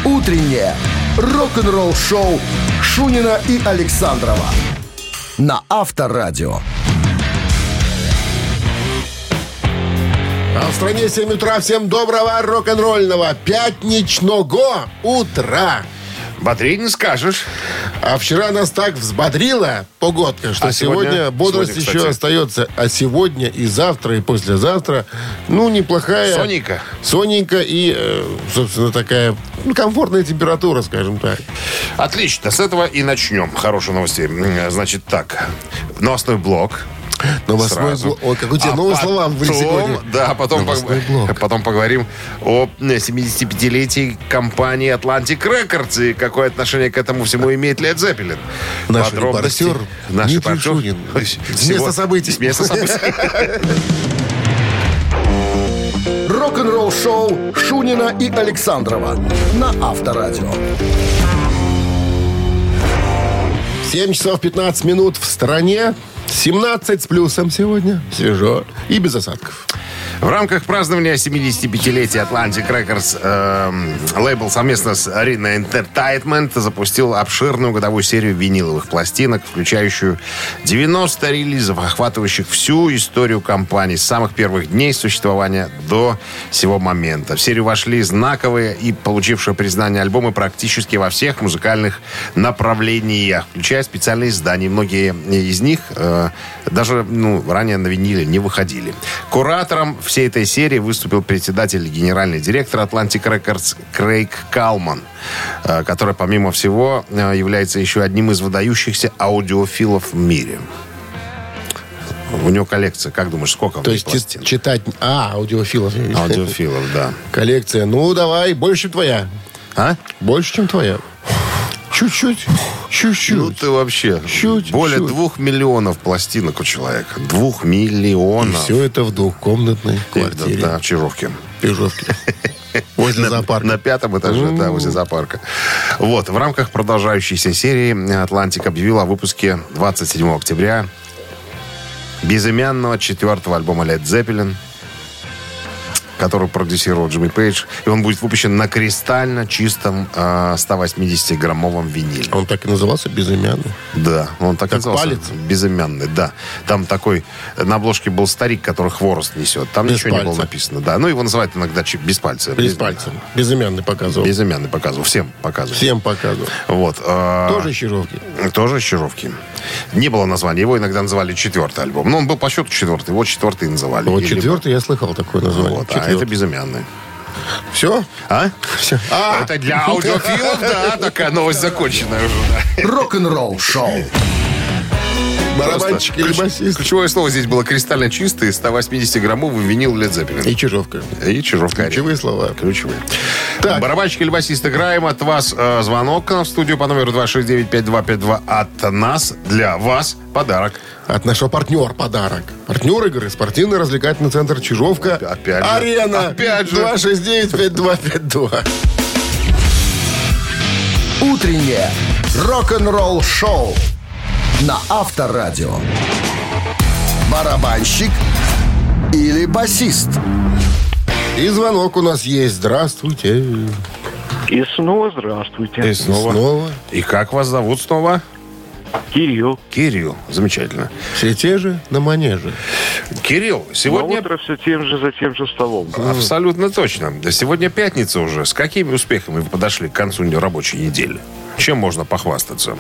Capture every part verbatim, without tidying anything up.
Утреннее рок-н-ролл-шоу Шунина и Александрова на Авторадио. А в стране семь утра. Всем доброго рок-н-ролльного пятничного утра. Бодрее не скажешь. А вчера нас так взбодрила погодка, что а сегодня, сегодня бодрость сегодня, еще кстати, остается. А сегодня и завтра, и послезавтра, ну, неплохая. Сонненько. Сонненько и, э, собственно, такая ну, комфортная температура, скажем так. Отлично. С этого и начнем. Хорошие новости. Значит так. Новостной блок. Новостной блок. Ой, как у тебя а новые потом, слова были сегодня. Да, потом, Новостной пог... блок. потом поговорим о семидесятипятилетии компании Atlantic Records и какое отношение к этому всему имеет Led Zeppelin. Наш Подробности. репортер Наш Дмитрий репортер. Шунин. С Всего- места событий. С места событий. Рок-н-ролл-шоу Шунина и Александрова на Авторадио. семь часов пятнадцать минут в стране. семнадцать с плюсом сегодня. Свежо. И без осадков. В рамках празднования семидесятипятилетия Atlantic Records эм, лейбл совместно с Arena Entertainment запустил обширную годовую серию виниловых пластинок, включающую девяносто релизов, охватывающих всю историю компании с самых первых дней существования до сего момента. В серию вошли знаковые и получившие признание альбомы практически во всех музыкальных направлениях, включая специальные издания. Многие из них э, даже ну, ранее на виниле не выходили. Куратором всей этой серии выступил председатель и генеральный директор Atlantic Records Крейг Калман, который, помимо всего, является еще одним из выдающихся аудиофилов в мире. У него коллекция, как думаешь, сколько? То есть пластин? читать... А, аудиофилов. Аудиофилов, да. Коллекция. Ну, давай, больше, чем твоя. А? Больше, чем твоя. Чуть-чуть. Чуть-чуть. Ну ты вообще. Чуть-чуть. Более двух миллионов пластинок у человека. Двух И миллионов. все это в двухкомнатной И, квартире. Да, в Чижовке. Пежовки. Возле На, зоопарка. на пятом этаже, да, возле зоопарка. Вот, в рамках продолжающейся серии «Атлантик» объявил о выпуске двадцать седьмого октября безымянного четвертого альбома Led Zeppelin, который продюсировал Джимми Пейдж. И он будет выпущен на кристально чистом э, сто восьмидесятиграммовом виниле. Он так и назывался, безымянный. Да, он так и Как назывался. палец? Безымянный, да. Там такой, на обложке был старик, который хворост несет. Там Без ничего не было пальца. написано. Да, ну его называют иногда чи- без пальца. Без пальца. Безымянный показывал. Безымянный показывал. Всем показывал. Всем показывал. Вот. э, Тоже из Чижовки. Тоже из Чижовки. Не было названия. Его иногда называли четвертый альбом. Но он был по счету четвертый. Вот четвертый называли. Вот Или- четвертый я слыхал такое название. Вот, а это безымянный. Все? А? Все. А, Это для аудиофилов, да, такая новость законченная уже. да. Рок-н-ролл-шоу. барабанщик или Ключ- басист. Ключевое слово здесь было кристально чистый, сто восьмидесятиграммовый винил Led Zeppelin. И Чижовка. И Чижовка. Ключевые слова. Ключевые. Так. Барабанщик или басист, играем. От вас э, звонок в студию по номеру два шесть девять пять два пять два. От нас для вас подарок. От нашего партнера подарок. Партнер игры — спортивно-развлекательный центр «Чижовка». Опять же. Арена. Опять же. два шесть девять пять два пять два. Утреннее рок-н-ролл-шоу на Авторадио. Барабанщик или басист? И звонок у нас есть. Здравствуйте. И снова здравствуйте. И снова. Снова. И как вас зовут снова? Кирилл. Кирилл. Замечательно. Все те же на манеже. Кирилл, На сегодня... утро все тем же, за тем же столом. Абсолютно точно. Да сегодня пятница уже. С какими успехами вы подошли к концу рабочей недели? Чем можно похвастаться?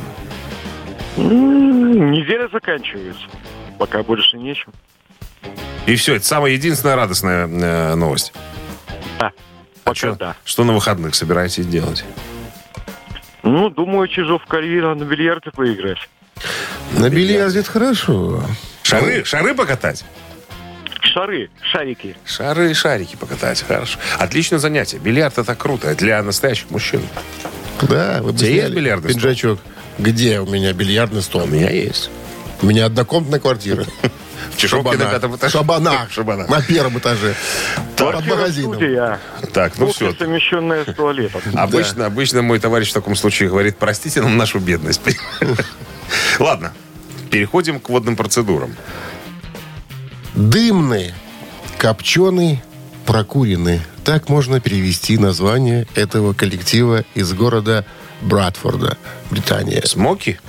М, Неделя заканчивается. Пока больше нечем. И все, это самая единственная радостная э, новость. Да. Пока что, да. что на выходных собираетесь делать? Ну, думаю, Чижовка Альвина на бильярде поиграть. На бильярде это хорошо. Шары, шары покатать? Шары, шарики. Шары и шарики покатать. Хорошо. Отличное занятие. Бильярд — это круто. Для настоящих мужчин. Да, вы бы У тебя есть сняли бильярдный стол? пиджачок. Где у меня бильярдный стол? У меня есть. У меня однокомнатная квартира. В Чижовке на пятом этаже. Шабана. Шабана. На первом этаже. Под Квартира, магазином. студия. Так, ну Кухня, все. совмещенная с туалетом. Обычно, обычно мой товарищ в таком случае говорит: простите нам нашу бедность. Ладно, переходим к водным процедурам. Дымный, копченый прокурены. Так можно перевести название этого коллектива из города Брадфорда, Британия. Смоки?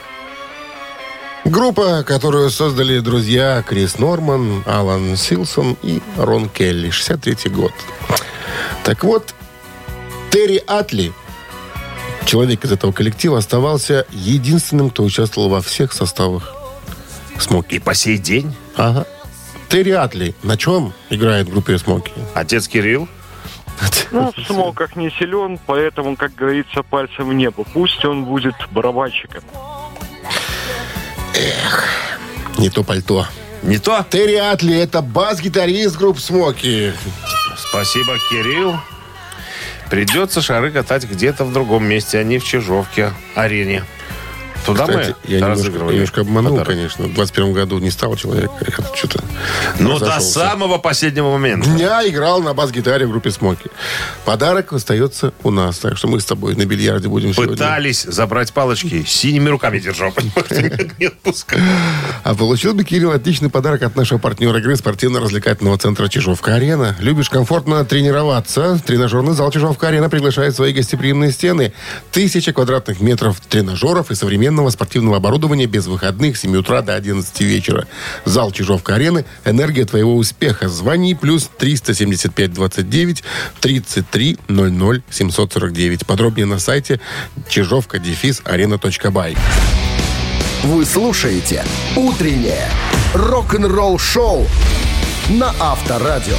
Группа, которую создали друзья Крис Норман, Алан Силсон и Рон Келли. шестьдесят третий год. Так вот, Терри Атли, человек из этого коллектива, оставался единственным, кто участвовал во всех составах Смоки. И по сей день? Ага. Терри Атли на чем играет в группе Смоки? Отец Кирилл? Ну, в смоках не силен, поэтому, как говорится, пальцем в небо. Пусть он будет барабанщиком. Эх, не то пальто. Не то? Терри Атли — это бас-гитарист группы Смоки. Спасибо, Кирилл. Придется шары катать где-то в другом месте, а не в Чижовке-арене. Туда Кстати, мы я немножко, разыгрывали. немножко обманул, подарок. конечно. В двадцать первом году не стал человек. Я что-то Но до разошелся. самого последнего момента. Я играл на бас-гитаре в группе Смоки. Подарок остается у нас. Так что мы с тобой на бильярде будем сегодня. Пытались забрать палочки, синими руками держал. Понимаете, не отпускал. А получил бы, Кирилл, отличный подарок от нашего партнера игры спортивно-развлекательного центра «Чижовка-арена». Любишь комфортно тренироваться? Тренажерный зал «Чижовка-арена» приглашает в свои гостеприимные стены. Тысяча квадратных метров тренажеров и современного спортивного оборудования без выходных с семи утра до одиннадцати вечера. Зал «Чижовка-арены» — энергия твоего успеха. Звони плюс триста семьдесят пять двадцать девять тридцать три ноль ноль семьсот сорок девять. Подробнее на сайте чижовка дефис арена точка бай. Вы слушаете «Утреннее рок-н-ролл-шоу» на Авторадио.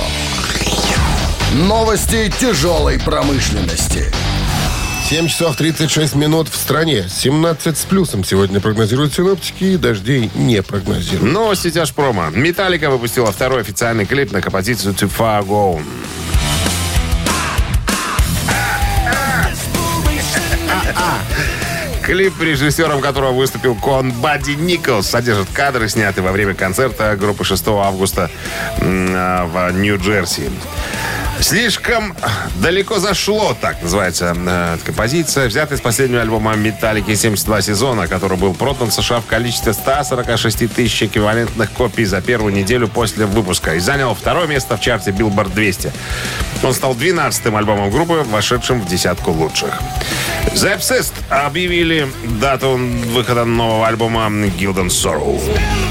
Новости тяжелой промышленности. семь часов тридцать шесть минут в стране. семнадцать с плюсом сегодня прогнозируют синоптики, и дождей не прогнозируют. Новости тяжпрома. Металлика выпустила второй официальный клип на композицию «Too Far Gone». Клип, режиссером которого выступил Кон Бадди Николс, содержит кадры, снятые во время концерта группы шестого августа в Нью-Джерси. «Слишком далеко зашло», так называется э, композиция, взятая из последнего альбома «Металлики» семьдесят два сезона, который был продан в США в количестве ста сорока шести тысяч эквивалентных копий за первую неделю после выпуска и занял второе место в чарте Billboard двести. Он стал двенадцатым альбомом группы, вошедшим в десятку лучших. The Obsessed объявили дату выхода нового альбома «Guilt and Sorrow».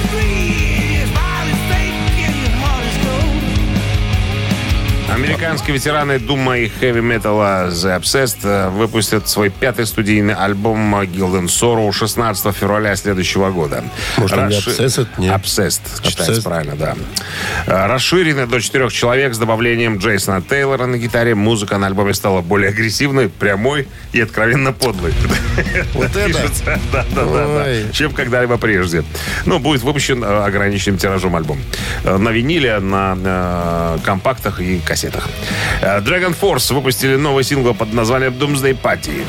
Американские ветераны дума и хэви-металла The Obsessed выпустят свой пятый студийный альбом «Guilt and Sorrow» шестнадцатого февраля следующего года. Может, он не Расши... Obsessed? Нет. Obsessed, читается Obsessed. правильно, да. Расширенный до четырех человек с добавлением Джейсона Тейлора на гитаре. Музыка на альбоме стала более агрессивной, прямой и откровенно подлой. Вот это? Да, да, да, чем когда-либо прежде. Ну, будет выпущен ограниченным тиражом альбом. На виниле, на компактах и кассетах. Dragon Force выпустили новый сингл под названием Doomsday Party.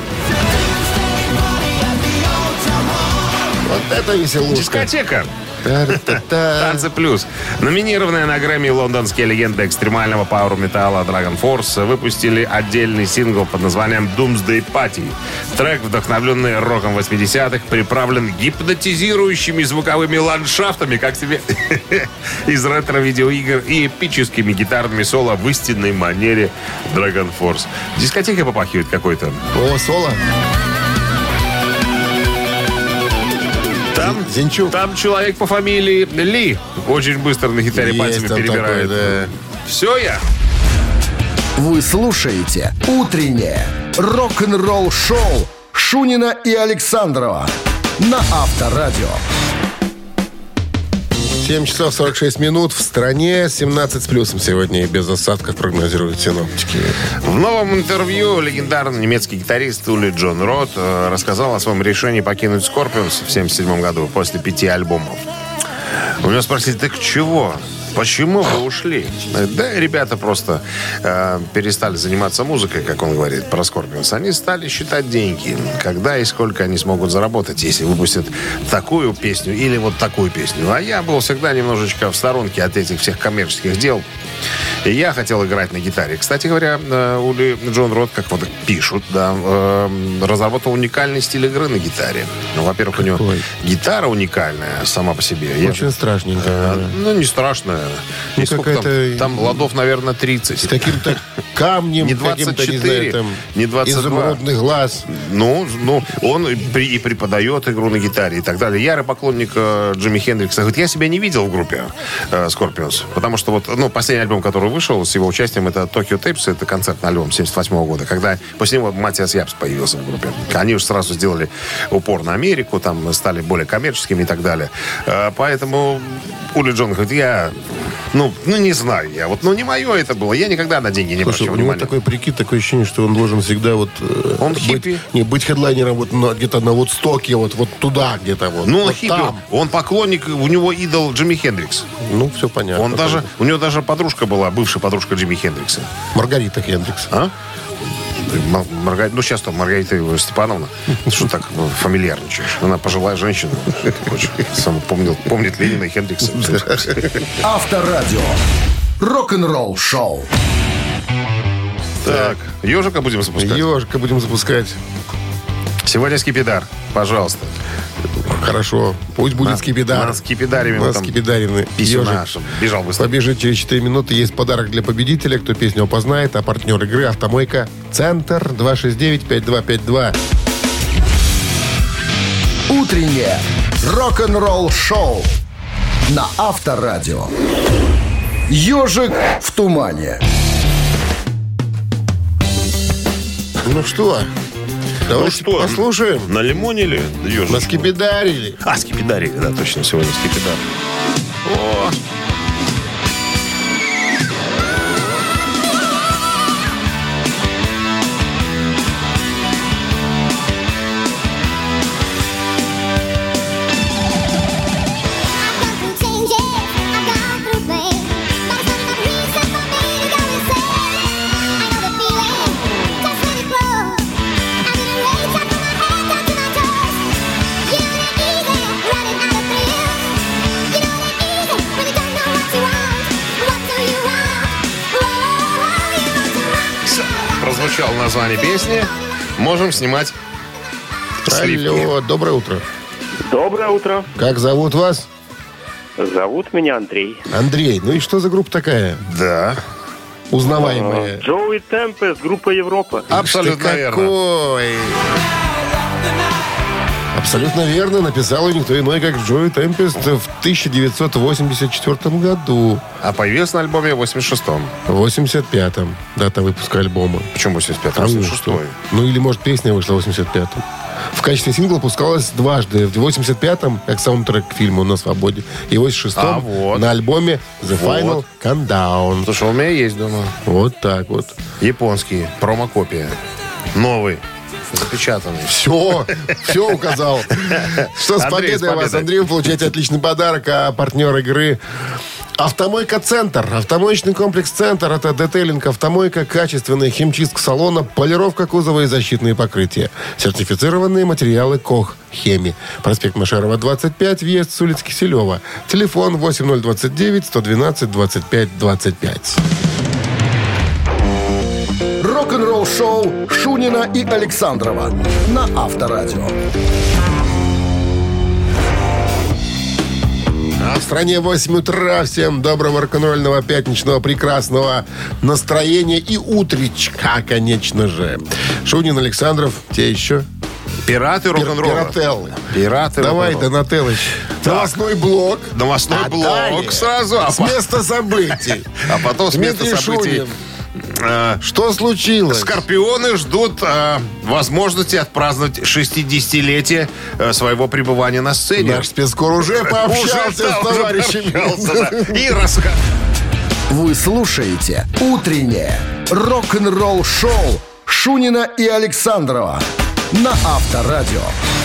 Вот это веселушка. Дискотека. Та-та-та. Танцы плюс. Номинированные на Грэмми лондонские легенды экстремального пауэр-металла Dragon Force выпустили отдельный сингл под названием Doomsday Party. Трек, вдохновленный роком восьмидесятых, приправлен гипнотизирующими звуковыми ландшафтами, как себе из ретро-видеоигр, и эпическими гитарными соло в истинной манере Dragon Force. Дискотека попахивает какой-то. О, соло. Там, Зинчук. там человек по фамилии Ли очень быстро на гитаре Есть пальцами там перебирает. такой, да. Все я. Вы слушаете «Утреннее рок-н-ролл-шоу» Шунина и Александрова на Авторадио. семь часов сорок шесть минут в стране. семнадцать с плюсом сегодня и без осадков прогнозируют синоптики. В новом интервью легендарный немецкий гитарист Ули Джон Рот э, рассказал о своем решении покинуть Скорпионс в семьдесят седьмом году после пяти альбомов. У него спросили: так чего? Почему вы ушли? Да, ребята просто э, перестали заниматься музыкой, как он говорит, про Скорпионс. Они стали считать деньги, когда и сколько они смогут заработать, если выпустят такую песню или вот такую песню. А я был всегда немножечко в сторонке от этих всех коммерческих дел. И я хотел играть на гитаре. Кстати говоря, Ули Джон Рот, как вот пишут, да, э, разработал уникальный стиль игры на гитаре. Ну, во-первых, у него Какой? гитара уникальная сама по себе. Я Очень же- страшненько. Э, ну, не страшная. наверное. Ну, И сколько какая-то- там? Там ладов, наверное, тридцать. С каким-то камнем, Не каким-то, двадцать не четыре, знаю, там, не двадцать два. изумрудный глаз. Ну, ну, он и, при- и преподает игру на гитаре и так далее. Ярый поклонник э, Джимми Хендрикса. Говорит, я себя не видел в группе э, Scorpions. Потому что вот, ну, последний альбом, который вышел с его участием, это Tokyo Tapes, это концертный альбом семьдесят восьмого года, когда после него Матиас Япс появился в группе. Они уже сразу сделали упор на Америку, там стали более коммерческими и так далее. Э, поэтому Ули Джон говорит, я, ну, ну, не знаю я, вот, ну, не мое это было. Я никогда на деньги не Слушай, обращал у него внимания. такой прикид, такое ощущение, что он должен всегда вот... э, Он быть, хиппи. Не, быть хедлайнером вот на- где-то на вот стоке, вот, вот туда где-то вот. Ну, он вот хиппи, там. он поклонник, у него идол Джимми Хендрикс. Ну, все понятно. Он даже, у него даже подружка была, бывшая подружка Джимми Хендрикса. Маргарита Хендрикс. А? Мар- Маргарита, ну, сейчас там Маргарита Степановна. Что так ну, фамильярничаешь? Она пожилая женщина. Сам помнил, помнит Ленина и Хендрикса. Авторадио. Рок-н-ролл шоу. Так, ежика будем запускать. Ежика будем запускать. Сегодня скипидар, пожалуйста. Хорошо. Пусть будет Нас- скипидар. нас скипидарями мы Нас там скипидарины. Писюна, Ежик чтобы бежал быстро. побежит через четыре минуты. Есть подарок для победителя. Кто песню опознает. А партнер игры «Автомойка Центр» два шесть девять пять два пять два. Утреннее рок-н-ролл шоу на Авторадио. Ежик в тумане. Ну что? Давайте что? послушаем. На лимоне или ежик? Наскипидарили. А, скипидарили, да, точно, сегодня скипидар. О! Прозвучало название песни. Можем снимать сливки. Алло, доброе утро. Доброе утро. Как зовут вас? Зовут меня Андрей. Андрей. Ну и что за группа такая? Да, Узнаваемая. Джоуи Темпест, группа Европа. абсолютно Ты верно. какой? Абсолютно верно. Написал ее никто иной, как Джои Темпест в тысяча девятьсот восемьдесят четвертом году. А появился на альбоме в восемьдесят шестом. В восемьдесят пятом. Дата выпуска альбома. Почему восемьдесят пятый? А ну восемьдесят шестой. что? Ну или, может, песня вышла в восемьдесят пятом. В качестве сингла пускалась дважды. В восемьдесят пятом, как саундтрек к фильму «На свободе», и в восемьдесят шестом А, вот. на альбоме «The Вот. Final Countdown». Слушай, у меня есть дома. Вот так вот. Японские. Промокопия. Новый. Запечатанный. Все, все указал. Что с Андрей, с победой вас, победой. Андрей, вы получаете отличный подарок, а партнер игры «Автомойка Центр». Автомоечный комплекс «Центр» — это детейлинг, автомойка, качественная химчистка салона, полировка кузова и защитные покрытия. Сертифицированные материалы «Кох Хеми». Проспект Машерова, двадцать пять, въезд с улицы Киселева. Телефон восемь ноль двадцать девять сто двенадцать двадцать пять двадцать пять. Рок-н-ролл шоу Шунина и Александрова на Авторадио. А в стране восемь утра. Всем доброго рок-н-ролльного пятничного прекрасного настроения и утречка, конечно же. Шунин, Александров, те еще. Пираты рок-н-ролла. Пирателлы. Пираты Давай, рок-н-ролла. Донателлыч. Новостной блок. Новостной А блок далее сразу. А, С по- места событий. а потом с места Дмитрий событий. Шунин. э, Что случилось? Скорпионы ждут э, возможности отпраздновать шестидесятилетие э, своего пребывания на сцене. Наш спецкор уже пообщался Уже, да, с уже товарищами. пообщался, да. И раска... Вы слушаете «Утреннее рок-н-ролл шоу» Шунина и Александрова на Авторадио.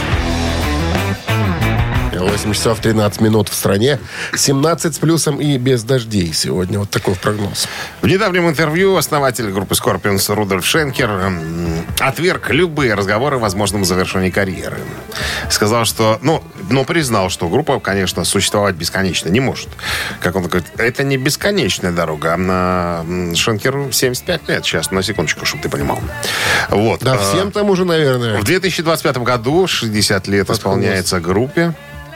восемь часов тринадцать минут в стране. семнадцать с плюсом и без дождей сегодня. Вот такой прогноз. В недавнем интервью основатель группы Scorpions Рудольф Шенкер м, отверг любые разговоры о возможном завершении карьеры. Сказал, что... Ну, но признал, что группа, конечно, существовать бесконечно не может. Как он говорит, это не бесконечная дорога. А м, Шенкеру семьдесят пять лет сейчас, на секундочку, чтобы ты понимал. Вот. Да, А, всем там уже, наверное. В две тысячи двадцать пятом году шестьдесят лет Под исполняется группе.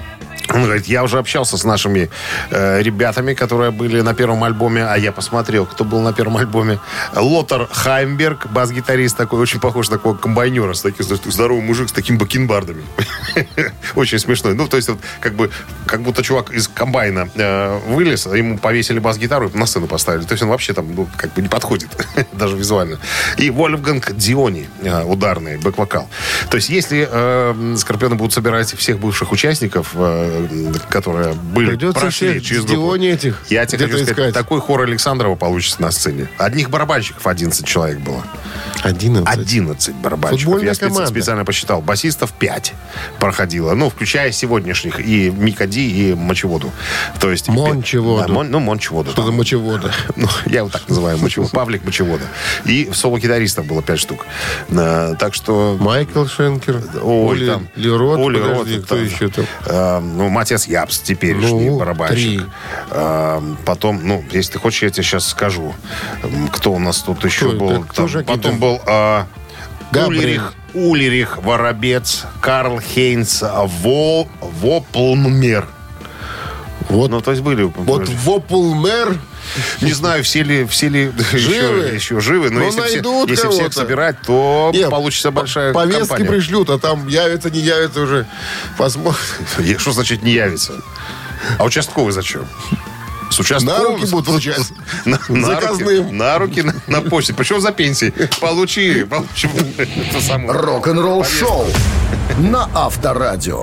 Он говорит, я уже общался с нашими э, ребятами, которые были на первом альбоме, а я посмотрел, кто был на первом альбоме. Лотар Хаймберг, бас-гитарист такой, очень похож на такого комбайнера, с таким здоровый мужик с такими бакенбардами. Очень смешной. Ну, то есть, вот, как бы, как будто чувак из комбайна э, вылез, ему повесили бас-гитару и на сцену поставили. То есть, он вообще там, ну, как бы не подходит, даже визуально. И Вольфганг Диони, э, ударный, бэк-вокал. То есть, если э, Скорпионы будут собирать всех бывших участников, э, которые были, придется прошли через группу. этих Я тебе хочу сказать, искать. такой хор Александрова получится на сцене. Одних барабанщиков одиннадцать человек было. одиннадцать. одиннадцать барабанщиков. Футбольная Я специ- команда. специально посчитал. Басистов пять проходило. Ну, включая сегодняшних. И Мика Ди, и Мочеводу. То есть... Мончеводу. Да, Мон- ну, Мончеводу. Что за мочевода? Ну, я его так называю. Мочевода. Павлик Мочевода. И соло-гитаристов было пять штук. А, так что... Майкл Шенкер. Ой, Оли там, Лерот. Оли Подожди, Рот, кто там, еще там? э, ну, Матиас Япс, теперешний Ну, барабанщик. три. Э, потом, ну, если ты хочешь, я тебе сейчас скажу, м, кто у нас тут еще Кто был. это? Кто Там, же потом какие-то? был э, Габриэль. Ульрих, Ульрих Воробец, Карл Хейнц, Во, Воплмер. Вот, Ну, то есть были... вот Воплмер. Не знаю, все ли, все ли Живы? еще, еще живы, но Ну, если, все- найдут если всех кого-то. собирать, то Не, получится большая повестки компания. пришлют, а там явится, не явится уже. Посмотрим. Я- Что значит не явится? А участковый зачем? С На участковым? руки будут вручать. На, на Заказным. руки, на руки, на, на почте. Причем за пенсии. Получи. получи это самое. Рок-н-ролл шоу на Авторадио.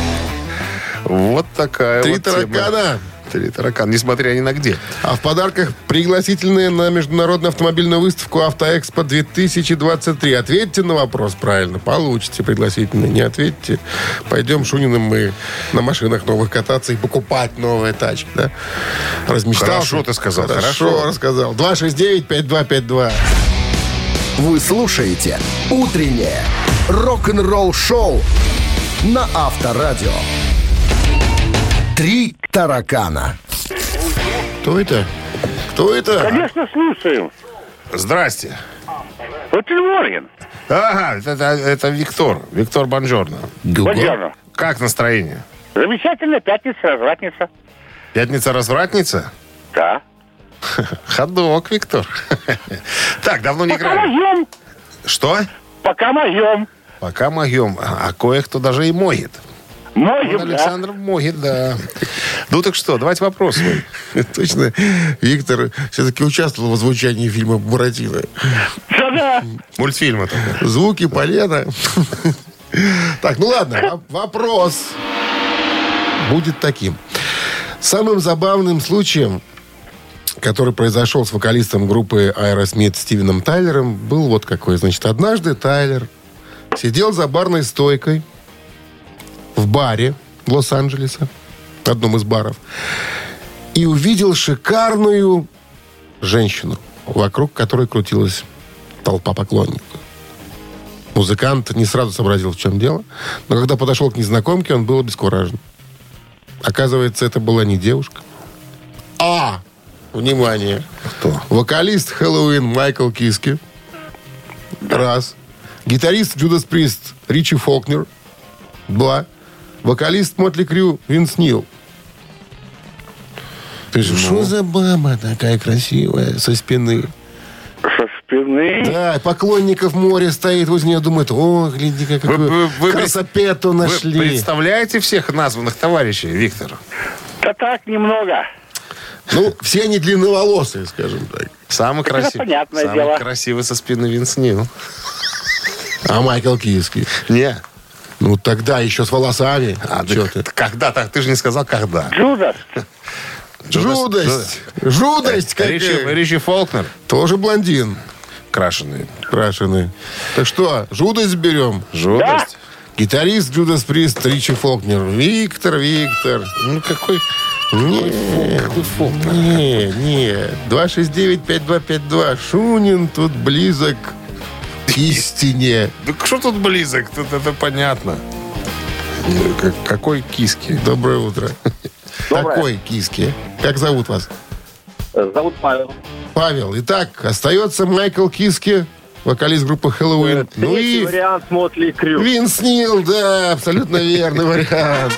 Вот такая Три вот тема. таракана. Три таракана, несмотря ни на где. А в подарках пригласительные на международную автомобильную выставку «Автоэкспо две тысячи двадцать три». Ответьте на вопрос правильно, получите пригласительные. Не ответьте, пойдем Шуниным мы на машинах новых кататься и покупать новые тачки. Да? Размечтался? Хорошо ты сказал, Хорошо, хорошо. рассказал. два шесть девять пять два пять два. Вы слушаете «Утреннее рок-н-ролл-шоу» на Авторадио. Три таракана. Кто это? Кто это? Конечно, слушаю. Здрасте. Очень Морген. Ага, это, это, это Виктор. Виктор Бонжорно. Бонжорно. Как настроение? Замечательно, пятница, развратница. Пятница-развратница? Да. Ходок, Виктор. Так, давно не Пока играли. моем. Что? Пока моем. Пока моем. А кое-кто даже и моет. Он, Моем, да. Александр, моет, да. Ну так что, давайте вопрос свой. Точно, Виктор все-таки участвовал в озвучании фильма «Буратино». Да-да. Мультфильма такой. Звуки полена. Так, ну ладно, во- вопрос будет таким. Самым забавным случаем, который произошел с вокалистом группы Aerosmith Стивеном Тайлером, был вот какой. Значит, однажды Тайлер сидел за барной стойкой в баре Лос-Анджелеса, одном из баров, и увидел шикарную женщину, вокруг которой крутилась толпа поклонников. Музыкант не сразу сообразил, в чем дело, но когда подошел к незнакомке, он был обескуражен. Оказывается, это была не девушка, а, внимание, Кто? вокалист Хэллоуин Майкл Киски, раз, гитарист Judas Priest Ричи Фолкнер, два, вокалист Мотли Крю Винс Нил. То есть, что за баба такая красивая со спины? Со спины. Да, поклонников море стоит возле нее, думает, о, гляди, как Вы- вы- вы- красопету Вы нашли. представляете всех названных товарищей, Виктор? Да так, немного. Ну, все они длинноволосые, скажем так. Самый Это красивый. понятное Самый дело. красивый со спины Винс Нил. А Майкл Киски? Не. Ну, тогда еще с волосами. А, Чё ты, ты? когда? Так, ты же не сказал, когда. Джудас. Жудость. Жудость какая. Ричи, Ричи Фолкнер. Тоже блондин. Крашеный. Крашеный. Так что, жудость берем. Жудость. Гитарист Джудас Прист Ричи Фолкнер. Виктор, Виктор. Ну, какой... Не, Какой Фолкнер? не, не. два шесть девять пять два пять два. Шунин тут близок к истине. Да что тут близок? Тут это понятно. Как- Какой киски? Доброе утро. Доброе. Такой Киски. Как зовут вас? Зовут Павел. Павел. Итак, остается Майкл Киски, вокалист группы Хэллоуин. Ну Третий и вариант Мотли Крю. Винс Нил, да, абсолютно верный вариант.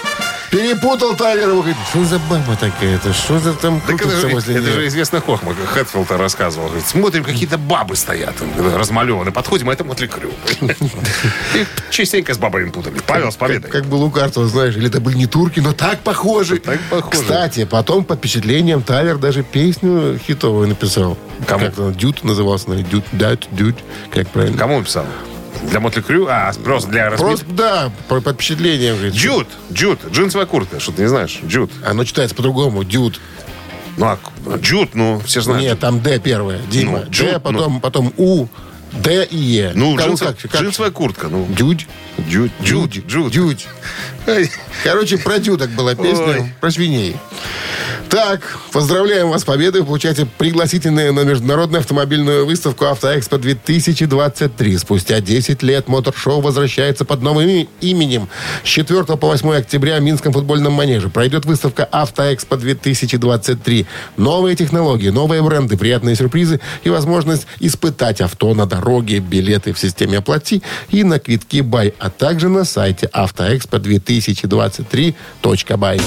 Перепутал Тайлер. Говорит, что за баба такая-то? Что за там Так это, крутится же, возле это нее? же известный Хохма, Хэтфилд рассказывал. Говорит, смотрим, какие-то бабы стоят, размалеваны. Подходим, а это Мотли Крю. Их частенько с бабами путали. Павел, с победой. Как, как было у Картова, знаешь, или это были не турки, но так похожи. Так похожи. Кстати, потом под впечатлением Тайлер даже песню хитовую написал. Кому? Как-то Дюд назывался, наверное, Дюд, Дюд, Дюд, как правильно? Кому написал? Для Мотли Крю? А, просто для разбитых? Просто, да, по- под впечатлением. Говорит, Джуд, Джуд, джинсовая куртка, что ты не знаешь? Джуд. оно читается по-другому, Дюд. Ну, а Джуд, ну, все знают. Нет, там Д первое, Дима. Ну, Д, Джуд, потом, потом У, Д и Е. Ну, Кого джинсовая, как- как? джинсовая куртка, ну. Дюд. Джуд, Джуд, Джуд. Дюд. Ай. Короче, про дюдок была песня, Ой. про свиней. Так, поздравляем вас с победой. Вы получаете пригласительные на международную автомобильную выставку «Автоэкспо две тысячи двадцать три». Спустя десять лет мотор-шоу возвращается под новым и- именем. С четвёртого по восьмое октября в Минском футбольном манеже пройдет выставка «Автоэкспо две тысячи двадцать три». Новые технологии, новые бренды, приятные сюрпризы и возможность испытать авто на дороге, билеты в системе «Оплати» и на квитки «Бай», а также на сайте автоэкспо две тысячи двадцать три точка бай.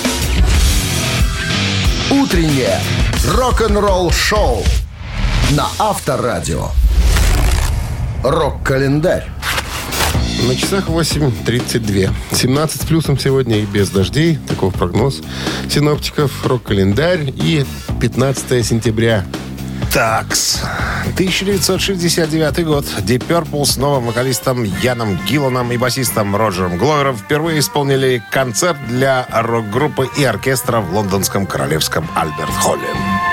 Утреннее рок-н-ролл-шоу на Авторадио. Рок-календарь. На часах восемь тридцать два. семнадцать с плюсом сегодня и без дождей. Таков прогноз синоптиков. Рок-календарь. И пятнадцатое сентября. Такс. тысяча девятьсот шестьдесят девятый год. Deep Purple с новым вокалистом Яном Гилланом и басистом Роджером Гловером впервые исполнили концерт для рок-группы и оркестра в лондонском королевском Альберт-холле.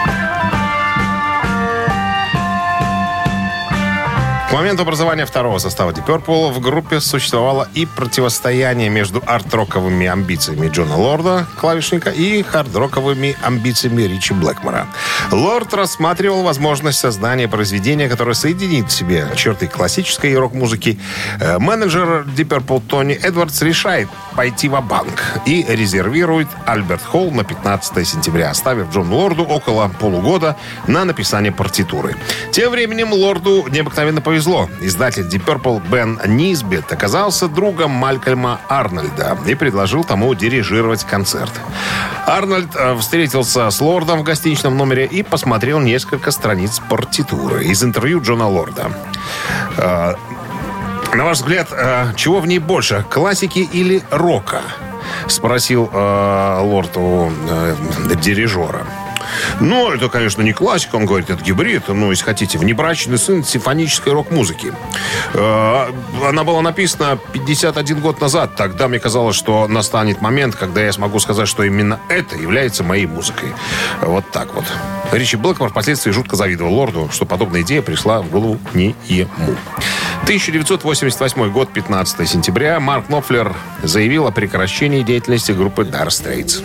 К моменту образования второго состава Deep Purple в группе существовало и противостояние между арт-роковыми амбициями Джона Лорда, клавишника, и хард-роковыми амбициями Ричи Блэкмора. Лорд рассматривал возможность создания произведения, которое соединит в себе черты классической и рок-музыки. Э, Менеджер Deep Purple Тони Эдвардс решает пойти ва-банк и резервирует Альберт Холл на пятнадцатое сентября, оставив Джону Лорду около полугода на написание партитуры. Тем временем Лорду необыкновенно повезло. Издатель Deep Purple Бен Нисбет оказался другом Малькольма Арнольда и предложил тому дирижировать концерт. Арнольд э, встретился с Лордом в гостиничном номере и посмотрел несколько страниц партитуры из интервью Джона Лорда. Э, на ваш взгляд, э, чего в ней больше, классики или рока? Спросил э, Лорд у э, дирижера. Ну, это, конечно, не классика, он говорит, это гибрид, ну, если хотите, внебрачный сын симфонической рок-музыки. Э, она была написана пятьдесят один год назад. Тогда мне казалось, что настанет момент, когда я смогу сказать, что именно это является моей музыкой. Вот так вот. Ричи Блэкмор впоследствии жутко завидовал Лорду, что подобная идея пришла в голову не ему. тысяча девятьсот восемьдесят восьмой год, пятнадцатое сентября, Марк Knopfler заявил о прекращении деятельности группы Dire Straits.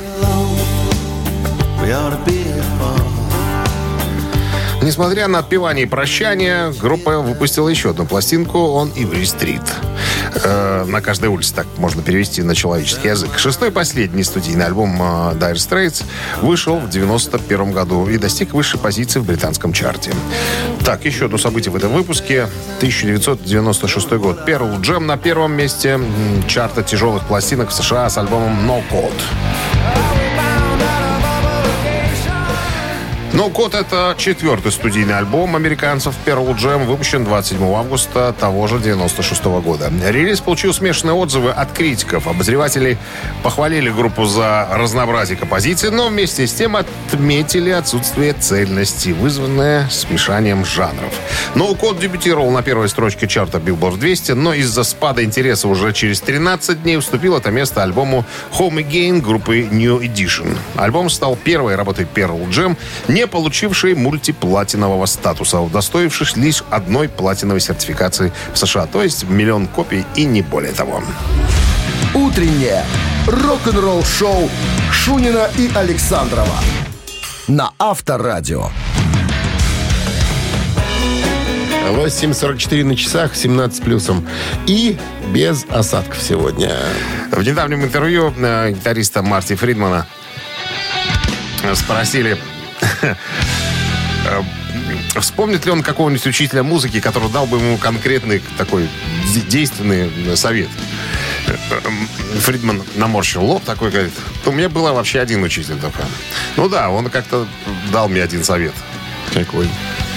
Несмотря на отпевание и прощание, группа выпустила еще одну пластинку «On Every Street». Э, на каждой улице, так можно перевести на человеческий язык. Шестой и последний студийный альбом э, Dire Straits вышел в девяносто первом году и достиг высшей позиции в британском чарте. Так, еще одно событие в этом выпуске. тысяча девятьсот девяносто шестой год. Pearl Jam на первом месте м, чарта тяжелых пластинок в США с альбомом No Code. No Code — это четвертый студийный альбом американцев Pearl Jam, выпущен двадцать седьмого августа того же девяносто шестого года. Релиз получил смешанные отзывы от критиков. Обозреватели похвалили группу за разнообразие композиций, но вместе с тем отметили отсутствие цельности, вызванное смешанием жанров. No Code дебютировал на первой строчке чарта Billboard двести, но из-за спада интереса уже через тринадцать дней уступил это место альбому Home Again группы New Edition. Альбом стал первой работой Pearl Jam, не получивший мультиплатинового статуса, удостоившись лишь одной платиновой сертификации в США, то есть миллион копий и не более того. Утреннее рок-н-ролл-шоу Шунина и Александрова на Авторадио. восемь сорок четыре на часах, семнадцать плюсом. И без осадков сегодня. В недавнем интервью э, гитариста Марти Фридмана спросили, вспомнит ли он какого-нибудь учителя музыки, который дал бы ему конкретный такой действенный совет. Фридман наморщил лоб такой, говорит, у меня был вообще один учитель только. Ну да, он как-то дал мне один совет. Какой?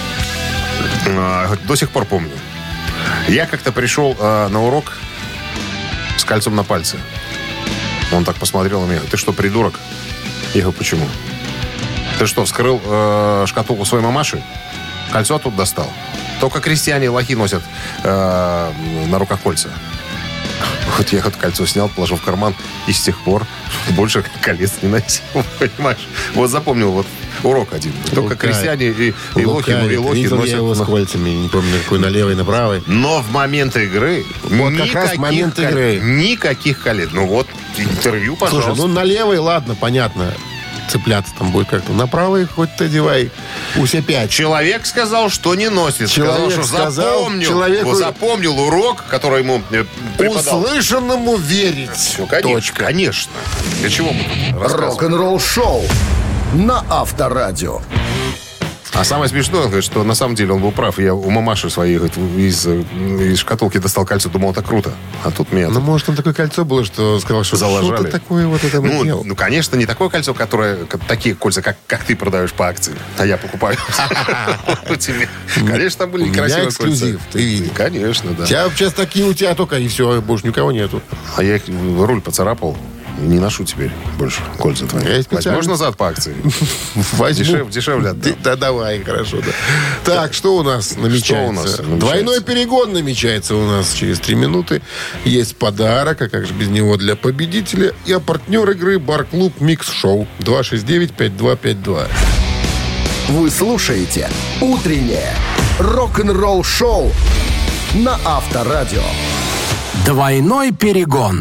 До сих пор помню. Я как-то пришел э, на урок с кольцом на пальце. Он так посмотрел на меня. Ты что, придурок? Я говорю, почему? Ты что, вскрыл э, шкатулку своей мамаши? Кольцо оттуда достал. Только крестьяне лохи носят э, на руках кольца. Вот я вот кольцо снял, положил в карман, и с тех пор больше колец не носил, понимаешь? Вот запомнил вот урок один. Только Лукавит. крестьяне и, и лохи, и лохи Видел носят. я его с кольцами, не помню, какой на левой, на правой. Но в момент игры Вот как раз в момент кол- игры. никаких колец. Ну вот, интервью, пожалуйста. Слушай, ну на левой, ладно, понятно. Цепляться там будет как-то. На правой хоть ты одевай. Уся пять. Человек сказал, что не носит. Человек сказал, что сказал, запомнил, человеку- вот запомнил урок, который ему э, преподал. Услышанному верить. Ну, конечно, Точка. конечно. Для чего мы тут рассказываем? Рок-н-ролл шоу на Авторадио. А самое смешное, говорит, что на самом деле он был прав. Я у мамаши своей говорит, из, из шкатулки достал кольцо, думал, это круто. А тут меня... Ну, может, там такое кольцо было, что сказал, что Заложали. что-то такое вот это вот Ну, делал. ну, конечно, не такое кольцо, которое... как- Такие кольца, как, как ты продаешь по акции. А я покупаю у тебя. Конечно, там были У меня красивые эксклюзив, кольца. ты видишь. Конечно, да. Сейчас сейчас такие у тебя только, и все, больше никого нету. А я их руль поцарапал. Не ношу теперь больше кольца твои. Я специально- Возьмешь назад по акции? Возьму. Дешев- дешевле отдам. Ты- Да, давай, хорошо, да. Так, что у нас намечается? у нас намечается? Двойной перегон намечается у нас через три минуты. Есть подарок, а как же без него для победителя. И партнер игры «Бар-клуб Микс Шоу». два шесть девять пять два пять два. Вы слушаете «Утреннее рок-н-ролл-шоу» на Авторадио. Двойной перегон.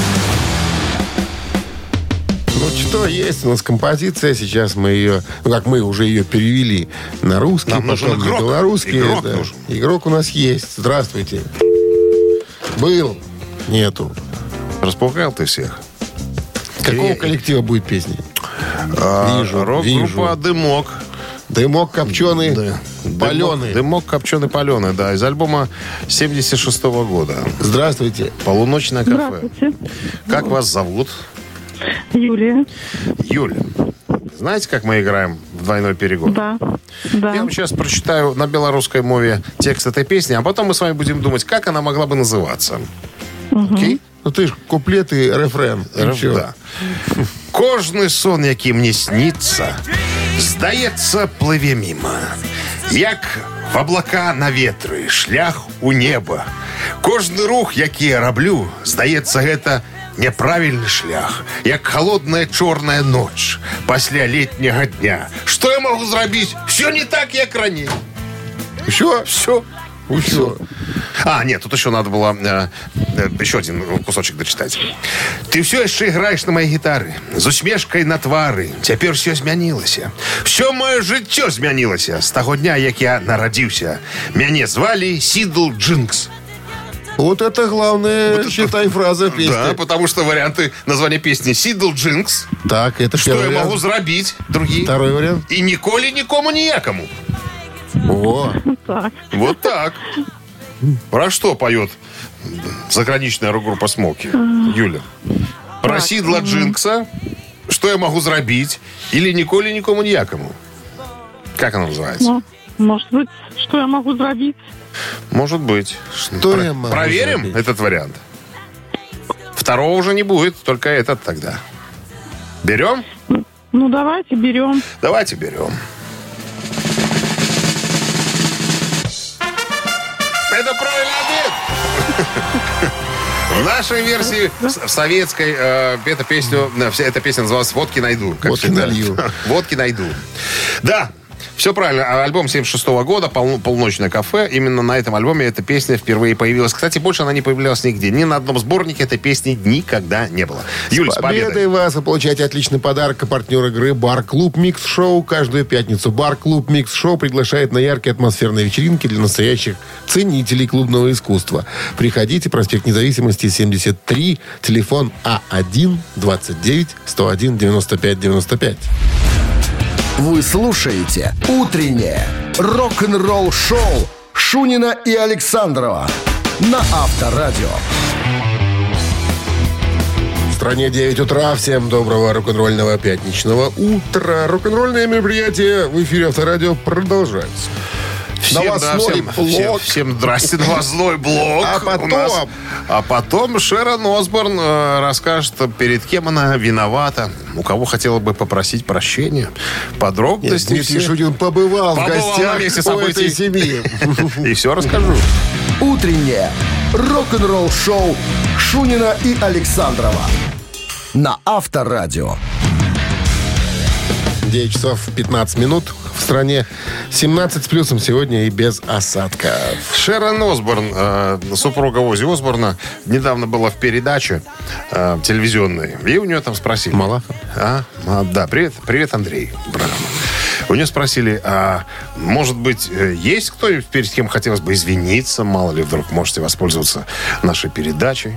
Ну, что есть у нас композиция. Сейчас мы ее, ну, как мы уже ее перевели на русский, Нам нужен потом на игрок. белорусский. Игрок да. нужен. Игрок у нас есть. Здравствуйте. Был. Нету. Распугал ты всех. Какого Я- коллектива будет песня? А, Вижу, Рок-группа вижу. «Дымок». Дымок копченый, паленый. Дымок, дымок копченый паленый, да. Из альбома семьдесят шестого года. Здравствуйте. «Полуночное кафе». Здравствуйте. Как вас зовут? Юлия. Юля. Знаете, как мы играем в двойной перегон? Да. Да. Я вам сейчас прочитаю на белорусской мове текст этой песни, а потом мы с вами будем думать, как она могла бы называться. Окей? Ну ты ж куплет и рефрен. И Реф- всё. да. Кожный сон, який мне снится, здається, пливе мимо. Як в облака на ветры, шлях у неба. Кожный рух, який я роблю, здається, гэта няправільны шлях. Як холодная чорная ноч пасля летняга дня. Что я могу зрабіць? Все не так, як раней. Еще? Все. Все. А, нет, тут еще надо было э, э, еще один кусочек дочитать. Ты все еще играешь на моей гитары, з усмешкой на твары. Теперь все змянилося. Все мое життя змянилося. С того дня, як я народился. Мяне звали Сидл Джинкс. Вот это главная, Вот это- считай, фраза песни. Да, потому что варианты названия песни Сидл Джинкс. Так, это Что первый я вариант. могу зрабить? Другие. Второй вариант. И николи никому ніякому. О, Так. Вот так. Про что поет заграничная рок-группа «Смоки»? Юля. Про Сидла Джинкса, что я могу зрабить, или ніколи нікому ніякому? Как она называется? Ну, может быть, что я могу зробить? Может быть. Что я могу Проверим зрабить? этот вариант. Второго уже не будет, только этот тогда. Берем? Ну, давайте берем. Давайте берем. Это правильный ответ. В нашей версии, в советской, э, эта песня, э, вся эта песня называлась «Водки найду». как «Водки всегда. налью». «Водки найду». Да, все правильно. Альбом семьдесят шестого года, «Пол- «Полуночное кафе». Именно на этом альбоме эта песня впервые появилась. Кстати, больше она не появлялась нигде. Ни на одном сборнике этой песни никогда не было. Юль, с победой победой. вас! Вы получаете отличный подарок. А партнер игры «Бар-клуб Микс Шоу». Каждую пятницу «Бар-клуб Микс Шоу» приглашает на яркие атмосферные вечеринки для настоящих ценителей клубного искусства. Приходите, проспект Независимости, семьдесят три, телефон А один двадцать девять сто один девяносто пять девяносто пять. Вы слушаете «Утреннее рок-н-ролл-шоу» Шунина и Александрова на Авторадио. стране девять утра. Всем доброго рок-н-ролльного пятничного утра. Рок-н-ролльное мероприятие в эфире Авторадио продолжается. Всем, да, всем, всем, всем здрасте, новостной блок. А потом... у нас. А потом Шерон Осборн э, расскажет, перед кем она виновата, у кого хотела бы попросить прощения. Подробности. Нет, Дмитрий Шутин побывал, побывал в гостях у этой семьи. И все расскажу. Утреннее рок-н-ролл-шоу Шунина и Александрова на Авторадио. девять часов пятнадцать минут в стране. семнадцать с плюсом сегодня и без осадков. Шерон Осборн, э, супруга Оззи Осборна, недавно была в передаче э, телевизионной. И у нее там спросили... Малахов? А? А, да, привет, привет, Андрей. Программа. У нее спросили, а может быть, есть кто-нибудь, перед кем хотелось бы извиниться? Мало ли, вдруг можете воспользоваться нашей передачей.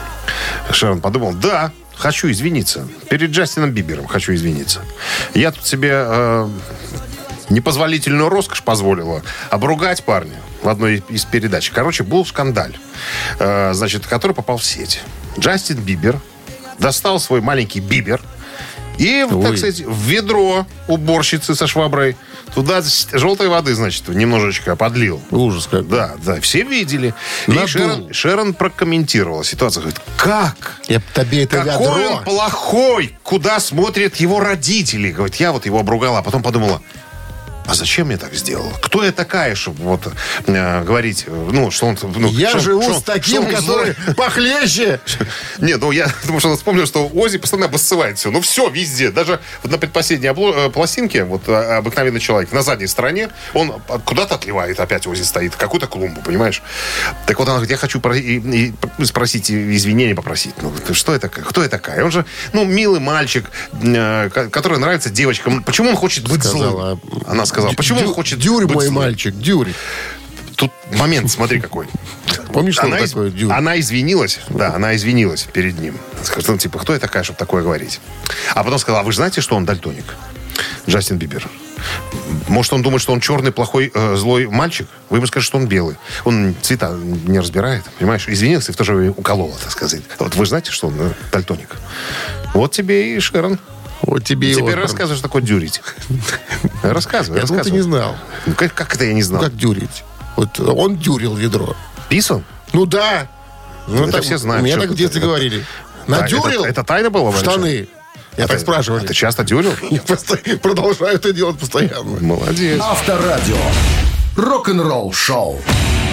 Шерон подумал, да, хочу извиниться. Перед Джастином Бибером хочу извиниться. Я тут себе э, непозволительную роскошь позволила обругать парня в одной из передач. Короче, был скандаль, э, значит, который попал в сеть. Джастин Бибер достал свой маленький бибер и, Ой. так сказать, в ведро уборщицы со шваброй туда желтой воды, значит, немножечко подлил. Ужас как. Да, да, все видели. Надул. И Шерон, Шерон прокомментировала ситуацию. Говорит, как? Я б тебе это Какой ведро. он плохой? Куда смотрят его родители? Говорит, я вот его обругала, а потом подумала, а зачем я так сделала? Кто я такая, чтобы вот э, говорить, ну, что он... Ну, я что, живу что, с таким, что который похлеще. Нет, ну я потому что вспомнил, что Оззи постоянно обоссывает все. Ну все, везде. Даже вот на предпоследней обло... пластинке, вот обыкновенный человек, на задней стороне, он куда-то отливает, опять Оззи стоит, какую-то клумбу, понимаешь? Так вот она говорит, я хочу про... и, и спросить, извинения попросить. Ну, что это, кто я такая? Он же, ну, милый мальчик, э, который нравится девочкам. Почему он хочет быть Сказала. злым? Она сказала, почему Дю... он хочет Дюрь быть мой злым? мальчик, Дюрь. Тут момент, смотри какой. Помнишь, что она, он из... такое, Дюрь? она извинилась, да, она извинилась перед ним. Сказала, типа, кто я такая, чтобы такое говорить? А потом сказала, а вы же знаете, что он дальтоник? Джастин Бибер. Может, он думает, что он черный, плохой, э, злой мальчик? Вы ему скажете, что он белый. Он цвета не разбирает, понимаешь? Извинился и в то же время уколола, так сказать. Вот вы знаете, что он э, дальтоник? Вот тебе и Шерон. Вот тебе и Теперь вот, рассказывай, что такое дюрить. Рассказывай, Я думал, ты не знал. Ну, как, как это я не знал? Как дюрить? Вот он дюрил ведро. Писал? Ну да. Ну, это так, все знают. Мне Что так в это- детстве это- говорили. Да, Надюрил это, это тайна была в раньше? штаны. Я А так ты- спрашивали. а ты часто дюрил? Я просто продолжаю это делать постоянно. Молодец. Авторадио. Рок-н-ролл шоу.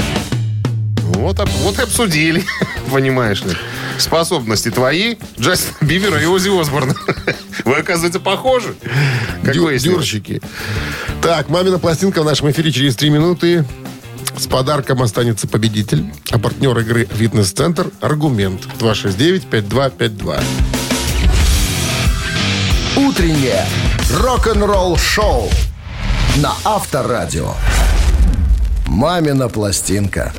Вот, об- вот и обсудили, понимаешь ли. Способности твои, Джастина Бибера и Оззи Осборна. Вы, оказывается, похожи. Как Дю- выяснилось. Дюрщики. Так, мамина пластинка в нашем эфире через три минуты. С подарком останется победитель. А партнер игры «Фитнес-центр» «Аргумент». два шесть девять пять два пять два. Утреннее рок-н-ролл шоу на Авторадио. Мамина пластинка.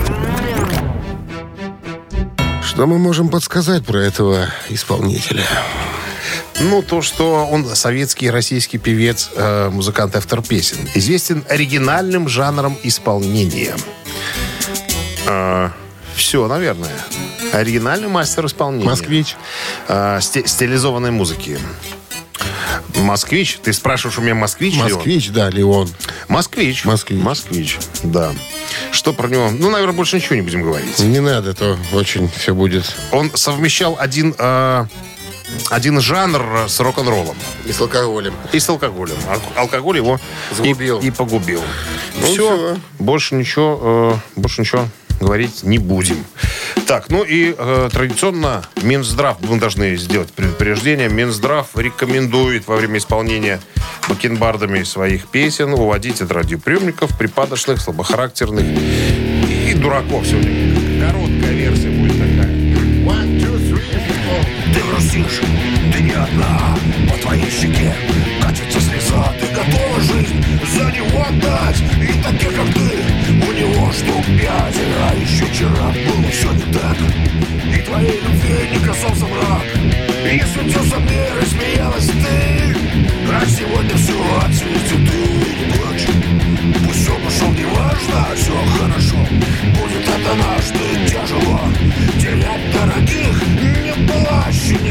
Что мы можем подсказать про этого исполнителя? Ну, то, что он советский и российский певец, э, музыкант, автор песен. Известен оригинальным жанром исполнения. Э, все, наверное. Оригинальный мастер исполнения. Москвич. Э, сти- стилизованной музыки. Москвич? Ты спрашиваешь у меня, москвич ли он? Москвич, да, Леон. Москвич. Москвич. Москвич, да. Что про него? Ну, наверное, больше ничего не будем говорить. Не надо, то очень все будет. Он совмещал один, э, один жанр с рок-н-роллом. И с алкоголем. И с алкоголем. Ал- Алкоголь его Загубил. И, и погубил. Ну, все. всё. Больше ничего, э, больше ничего говорить не будем. Так, ну и э, традиционно Минздрав, мы должны сделать предупреждение. Минздрав рекомендует во время исполнения бакенбардами своих песен уводить от радиоприемников припадочных, слабохарактерных и дураков сегодня. Короткая версия будет такая. One, two, three, four. Ты грустишь, ты не одна. По твоей щеке катится слеза. Ты готова жизнь за него отдать. И таких, как ты, у него штук пять. А еще вчера было все не так. И твоей любви не касался мрак. И если все со мной рассмеялась ты, а сегодня все отцветит, ты не плачь. Пусть все пошел, не важно, все хорошо. Будет однажды тяжело терять дорогих. Не плачь, не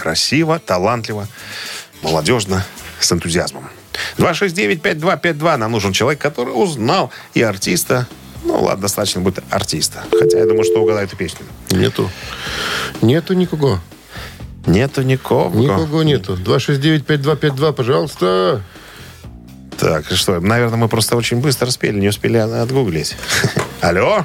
красиво, талантливо, молодежно, с энтузиазмом. два шесть девять пять два пять два. Нам нужен человек, который узнал и артиста. Ну, ладно, достаточно будет артиста. Хотя я думаю, что угадает эту песню. Нету. Нету никого. Нету никого. Никого нету. два шесть девять пять два пять два, пожалуйста. Так, что, наверное, мы просто очень быстро спели, не успели отгуглить. Алло?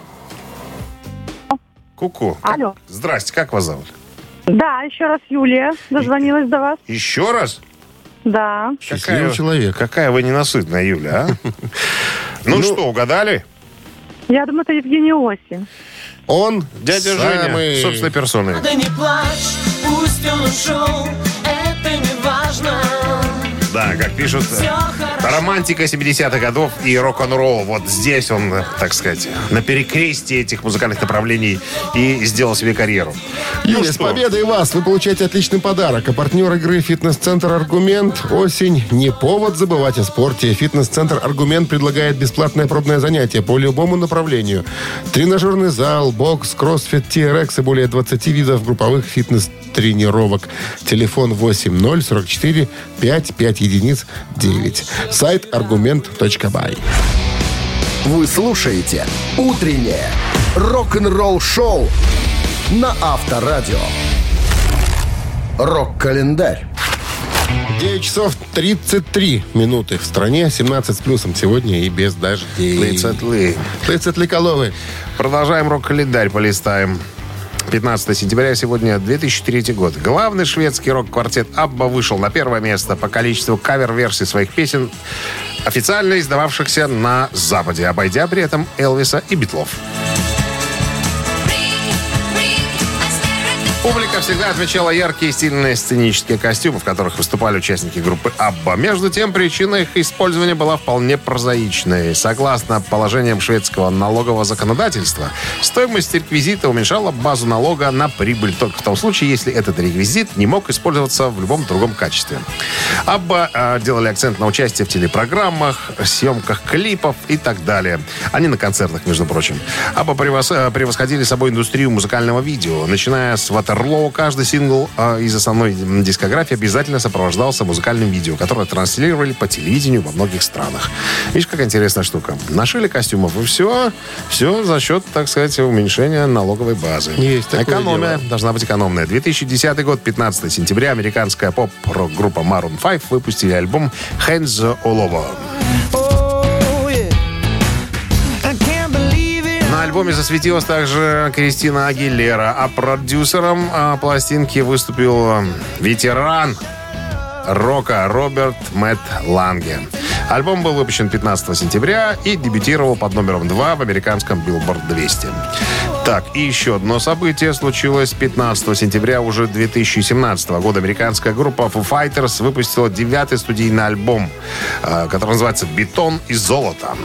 Ку-ку. Алло. Здрасте, как вас зовут? Да, еще раз Юлия дозвонилась до вас. Еще раз? Да. Счастливый человек. Какая вы ненасытная, Юля, а? Ну что, угадали? Я думаю, это Евгений Осин. Он Дядя самый... Женя, собственной персоной. Да не плачь, пусть он ушел, это не важно. Да, как пишут, романтика семидесятых годов и рок-н-ролл. Вот здесь он, так сказать, на перекрестии этих музыкальных направлений и сделал себе карьеру. Юля, Ну с что? победой вас! Вы получаете отличный подарок. А партнер игры «Фитнес-центр Аргумент». Осень – не повод забывать о спорте. «Фитнес-центр Аргумент» предлагает бесплатное пробное занятие по любому направлению. Тренажерный зал, бокс, кроссфит, ти эр экс и более двадцати видов групповых фитнес-тренировок. Телефон восемь ноль сорок четыре пять пять единиц девять. Сайт аргумент точка бай. Вы слушаете «Утреннее рок-н-ролл-шоу» на Авторадио. Рок-календарь. девять часов тридцать три минуты в стране. семнадцать с плюсом сегодня и без дождей. тридцать ли. тридцать ли коловы. Продолжаем рок-календарь, полистаем. пятнадцатого сентября сегодня две тысячи третий год. Главный шведский рок-квартет Абба вышел на первое место по количеству кавер-версий своих песен, официально издававшихся на Западе, обойдя при этом Элвиса и Битлов. Публика всегда отмечала яркие и стильные сценические костюмы, в которых выступали участники группы Абба. Между тем, причина их использования была вполне прозаичной. Согласно положениям шведского налогового законодательства, стоимость реквизита уменьшала базу налога на прибыль только в том случае, если этот реквизит не мог использоваться в любом другом качестве. Абба э, делали акцент на участие в телепрограммах, съемках клипов и так далее. Они на концертах, между прочим. Абба превос, э, превосходили собой индустрию музыкального видео. Начиная с Ватерлоу, каждый сингл э, из основной дискографии обязательно сопровождался музыкальным видео, которое транслировали по телевидению во многих странах. Видишь, какая интересная штука. Нашили костюмов, и все, все за счет, так сказать, уменьшения налоговой базы. Есть такое Экономия дело. должна быть экономная. две тысячи десятый год, пятнадцатого сентября, американская поп-рок-группа Maroon пять выпустили альбом «Hands All Over». На альбоме засветилась также Кристина Агилера, а продюсером а, пластинки выступил ветеран рока Роберт Мэтт Ланге. Альбом был выпущен пятнадцатого сентября и дебютировал под номером два в американском Billboard двести. Так, и еще одно событие случилось пятнадцатого сентября уже две тысячи семнадцатого года. Американская группа Foo Fighters выпустила девятый студийный альбом, который называется «Бетон и золото».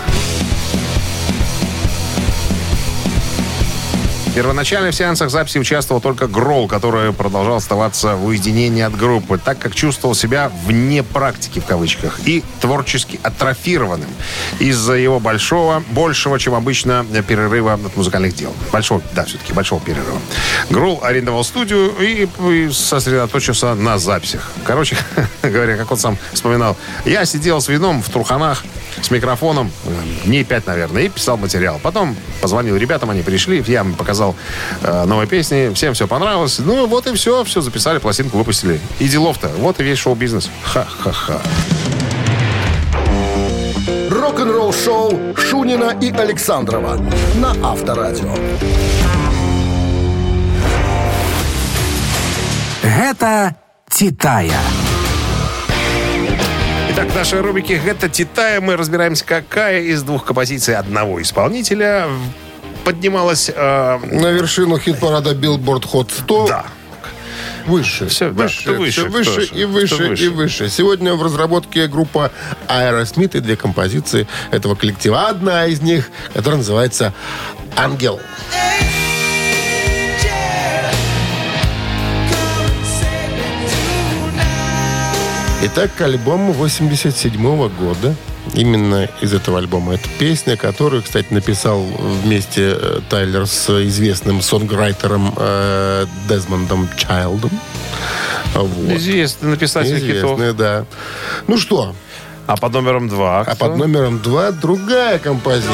Первоначально в сеансах записи участвовал только Гролл, который продолжал оставаться в уединении от группы, так как чувствовал себя вне практики, в кавычках, и творчески атрофированным из-за его большого, большего, чем обычно, перерыва от музыкальных дел. Большого, да, все-таки большого перерыва. Гролл арендовал студию и, и сосредоточился на записях. Короче говоря, как он сам вспоминал, я сидел с вином в Труханах, с микрофоном, дней пять, наверное, и писал материал. Потом позвонил ребятам, они пришли, я им показал э, новые песни, всем все понравилось. Ну, вот и все, все записали, пластинку выпустили. И делов-то, вот и весь шоу-бизнес. Ха-ха-ха. Рок-н-ролл-шоу Шунина и Александрова на Авторадио. Гэта «Титая». Итак, в нашей рубрике «Это Титая» мы разбираемся, какая из двух композиций одного исполнителя поднималась... Э... На вершину хит-парада Billboard Hot сто. Да. Выше, все, выше, да, выше, все выше тоже, и выше, выше и выше. Сегодня в разработке группа Aerosmith и две композиции этого коллектива. Одна из них, которая называется «Ангел». Итак, к альбому восемьдесят седьмого года. Именно из этого альбома. Это песня, которую, кстати, написал вместе Тайлер с известным сонграйтером э, Дезмондом Чайлдом. Вот. Известный написатель хитов. Известный, да. Ну что? А под номером два? А под номером два другая композиция.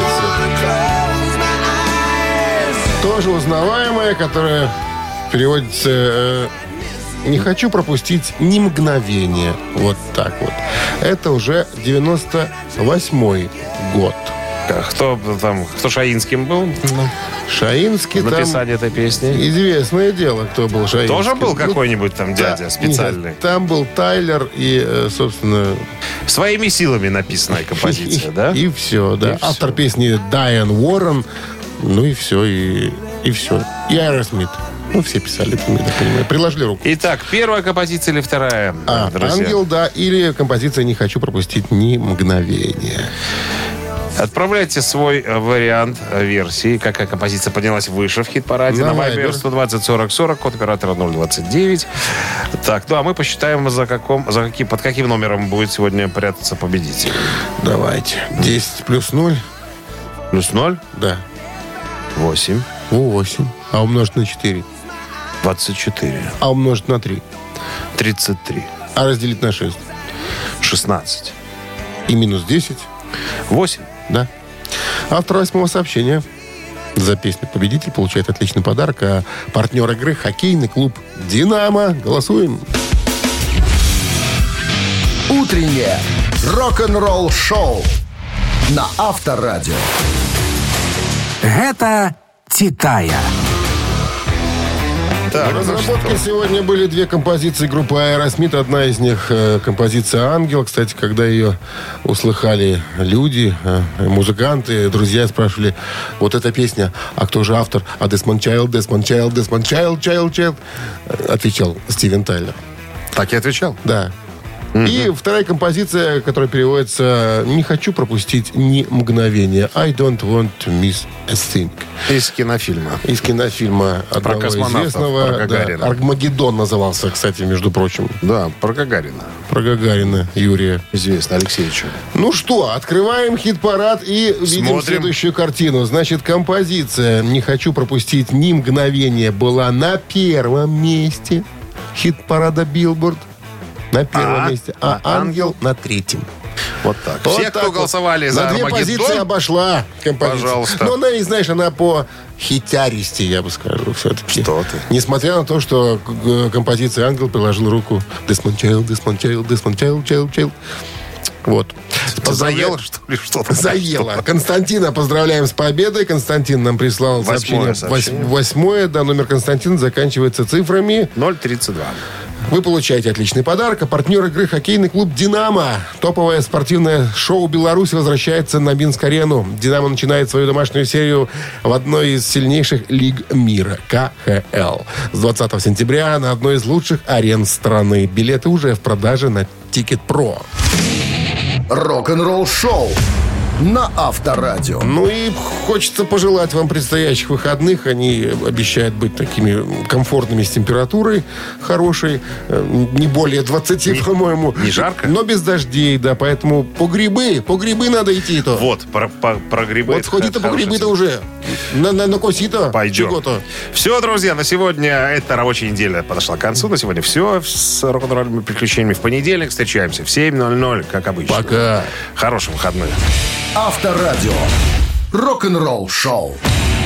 Тоже узнаваемая, которая переводится э, «Не хочу пропустить ни мгновения». Вот так вот. Это уже девяносто восьмой год. Кто там, кто Шаинским был? Шаинский в написании этой песни. Известное дело, кто был Шаинский. Тоже был какой-нибудь там дядя да, специальный? Нет, там был Тайлер и, собственно... Своими силами написанная композиция, да? И все, да. Автор песни Дайан Уоррен. Ну и все, и, и все. И Аэросмит. Ну, все писали, я так понимаю. Приложили руку. Итак, первая композиция или вторая, а, друзья? «Ангел», да, или композиция «Не хочу пропустить ни мгновения». Отправляйте свой вариант версии, какая композиция поднялась выше в хит-параде. На Viber сто двадцать сорок сорок, код оператора ноль двадцать девять. Так, ну а мы посчитаем, за каком, за каким, под каким номером будет сегодня прятаться победитель. Давайте. десять плюс ноль. Плюс ноль? Да. восемь. восемь. А умножить на четыре? двадцать четыре. А умножить на три? тридцать три. А разделить на шесть? шестнадцать. И минус десять? восемь. Да. Автор восьмого сообщения за песню «Победитель» получает отличный подарок. А партнер игры — хоккейный клуб «Динамо». Голосуем. Утреннее рок-н-ролл-шоу на Авторадио. Гэта «Титая». Так, в разработке сегодня были две композиции группы Аэросмит. Одна из них э, композиция «Ангел». Кстати, когда ее услыхали люди, э, музыканты, друзья спрашивали, вот эта песня, а кто же автор? А Desmond Child, Desmond Child, Desmond Child, Child, Child. Отвечал Стивен Тайлер. Так и отвечал? Да. И вторая композиция, которая переводится «Не хочу пропустить ни мгновения». I don't want to miss a thing. Из кинофильма. Из кинофильма одного про космонавтов, известного. про Гагарина. Да, «Армагеддон» назывался, кстати, между прочим. Да, про Гагарина. Про Гагарина Юрия. Известно, Алексеевича. Ну что, открываем хит-парад и видим Смотрим. следующую картину. Значит, композиция «Не хочу пропустить ни мгновения» была на первом месте хит-парада «Билборд». На первом А, месте. А, а «Ангел» на третьем. Вот так. Вот Все, так кто вот. голосовали за на две «Армагеддон», позиции обошла композиция. Пожалуйста. Но она, и, знаешь, она по хитяристи, я бы сказал, все-таки. Что ты? Несмотря на то, что к композиции «Ангел» приложил руку Desmond Child, Desmond Child, Desmond Child, Child, Child. Вот. Заело, что ли, что-то? Заело. Константина поздравляем с победой. Константин нам прислал Восьмое сообщение. сообщение. Восьмое, да, номер Константина заканчивается цифрами ноль тридцать два. Вы получаете отличный подарок. А партнер игры — хоккейный клуб «Динамо». Топовое спортивное шоу Беларуси возвращается на Минск-арену. «Динамо» начинает свою домашнюю серию в одной из сильнейших лиг мира — ка ха эл. С двадцатого сентября на одной из лучших арен страны. Билеты уже в продаже на Тикет.Про. Рок-н-ролл-шоу на Авторадио. Ну и хочется пожелать вам предстоящих выходных. Они обещают быть такими комфортными, с температурой хорошей. э, Не более двадцати, Не- по-моему. не жарко? Но без дождей, да. Поэтому по грибы, по грибы надо идти-то. Вот, про, про, про грибы. Вот это сходи-то по хорошая грибы-то тема. уже. На, на, на коси-то. Пойдем. Чего-то. Все, друзья, на сегодня эта рабочая неделя подошла к концу. На сегодня все. С рок-н-ролльными приключениями в понедельник встречаемся в семь ноль ноль, как обычно. Пока. Хороших выходных. Авторадио. Рок-н-ролл-шоу.